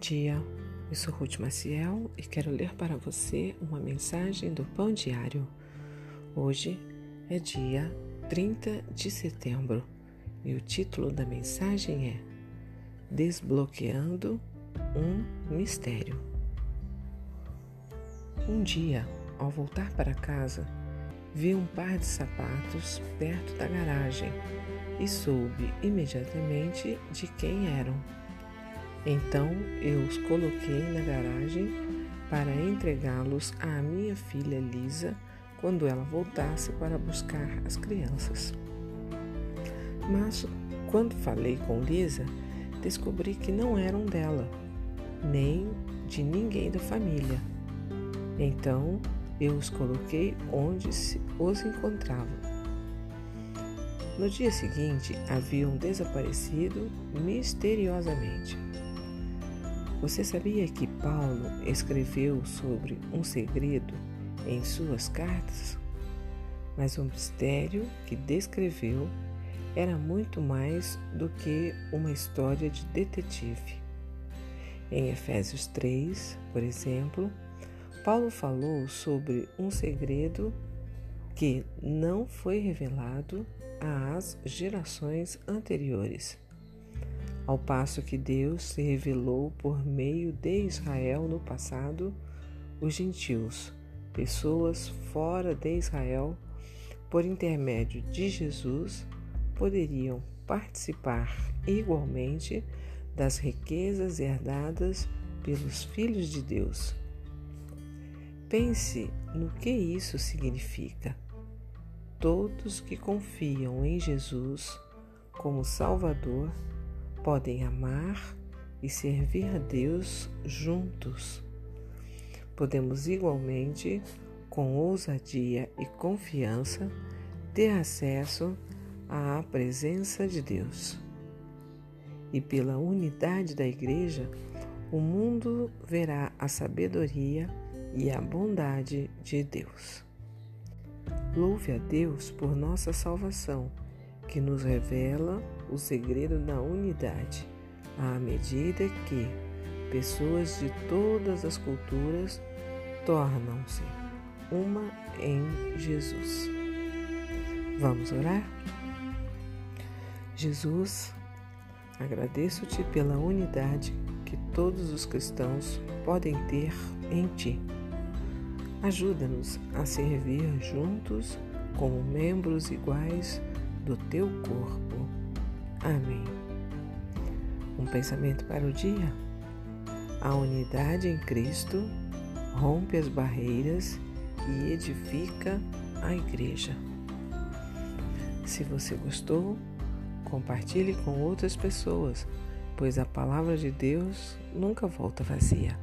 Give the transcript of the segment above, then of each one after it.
dia, eu sou Ruth Maciel e quero ler para você uma mensagem do Pão Diário. Hoje é dia 30 de setembro e o título da mensagem é Desbloqueando um Mistério. Um dia, ao voltar para casa, vi um par de sapatos perto da garagem e soube imediatamente de quem eram. Então eu os coloquei na garagem para entregá-los à minha filha Lisa quando ela voltasse para buscar as crianças. Mas quando falei com Lisa, descobri que não eram dela, nem de ninguém da família. Então eu os coloquei onde os encontravam. No dia seguinte, haviam desaparecido misteriosamente. Você sabia que Paulo escreveu sobre um segredo em suas cartas? Mas o mistério que descreveu era muito mais do que uma história de detetive. Em Efésios 3, por exemplo, Paulo falou sobre um segredo que não foi revelado às gerações anteriores, ao passo que Deus se revelou por meio de Israel no passado, os gentios, pessoas fora de Israel, por intermédio de Jesus, poderiam participar igualmente das riquezas herdadas pelos filhos de Deus. Pense no que isso significa. Todos que confiam em Jesus como Salvador podem amar e servir a Deus juntos. Podemos igualmente, com ousadia e confiança, ter acesso à presença de Deus. E pela unidade da Igreja, o mundo verá a sabedoria e a bondade de Deus. Louve a Deus por nossa salvação, que nos revela o segredo da unidade, à medida que pessoas de todas as culturas tornam-se uma em Jesus. Vamos orar? Jesus, agradeço-te pela unidade que todos os cristãos podem ter em Ti. Ajuda-nos a servir juntos como membros iguais do Teu corpo. Amém. Um pensamento para o dia? A unidade em Cristo rompe as barreiras e edifica a Igreja. Se você gostou, compartilhe com outras pessoas, pois a palavra de Deus nunca volta vazia.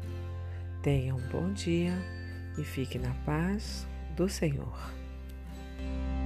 Tenha um bom dia e fique na paz do Senhor.